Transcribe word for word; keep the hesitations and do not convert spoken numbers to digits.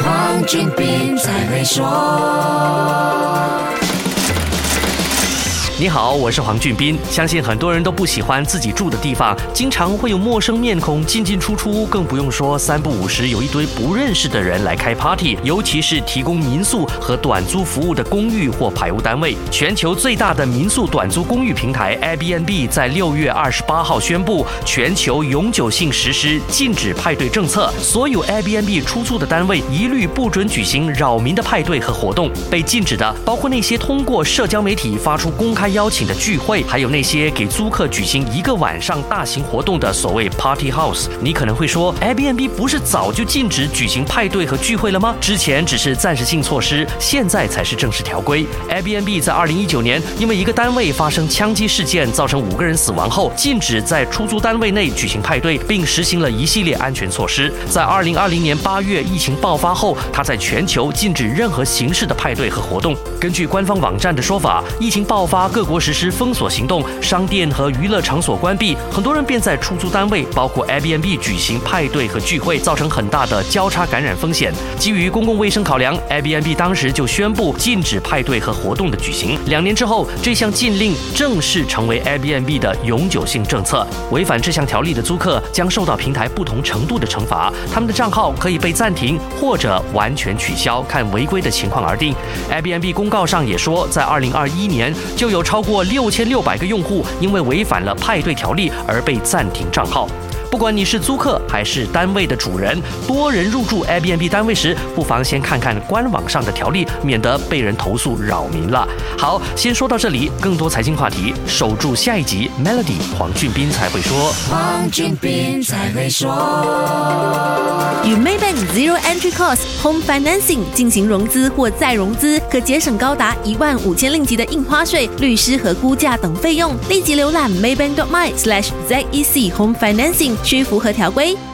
黄俊斌才会说。 你好，我是黄俊斌。相信很多人都不喜欢自己住的地方，经常会有陌生面孔进进出出，更不用说三不五时有一堆不认识的人来开 party。尤其是提供民宿和短租服务的公寓或排屋单位。全球最大的民宿短租公寓平台 Airbnb 在六月二十八号宣布，全球永久性实施禁止派对政策，所有 Airbnb 出租的单位一律不准举行扰民的派对和活动。被禁止的包括那些通过社交媒体发出公开邀请的聚会，还有那些给租客举行一个晚上大型活动的所谓 Party House。你可能会说 Airbnb 不是早就禁止举行派对和聚会了吗？之前只是暂时性措施，现在才是正式条规。 Airbnb 在二零一九年因为一个单位发生枪击事件，造成五个人死亡后，禁止在出租单位内举行派对，并实行了一系列安全措施。在二零二零年八月疫情爆发后，它在全球禁止任何形式的派对和活动。根据官方网站的说法，疫情爆发，各国实施封锁行动，商店和娱乐场所关闭，很多人便在出租单位包括 Airbnb 举行派对和聚会，造成很大的交叉感染风险。基于公共卫生考量， Airbnb 当时就宣布禁止派对和活动的举行。两年之后，这项禁令正式成为 Airbnb 的永久性政策。违反这项条例的租客将受到平台不同程度的惩罚，他们的账号可以被暂停或者完全取消，看违规的情况而定。 Airbnb 公告上也说，在二零二一年就有超过六千六百个用户因为违反了派对条例而被暂停账号。不管你是租客还是单位的主人，多人入住 Airbnb 单位时，不妨先看看官网上的条例，免得被人投诉扰民了。好，先说到这里，更多财经话题，守住下一集 Melody 黄俊斌才会说。 黄俊斌才会说。 与 Maybank Zero Entry Cost Home Financing 进行融资或再融资，可节省高达一万五千令吉的印花税、律师和估价等费用。立即浏览 maybank dot my slash Z E C Home Financing，需符合条规。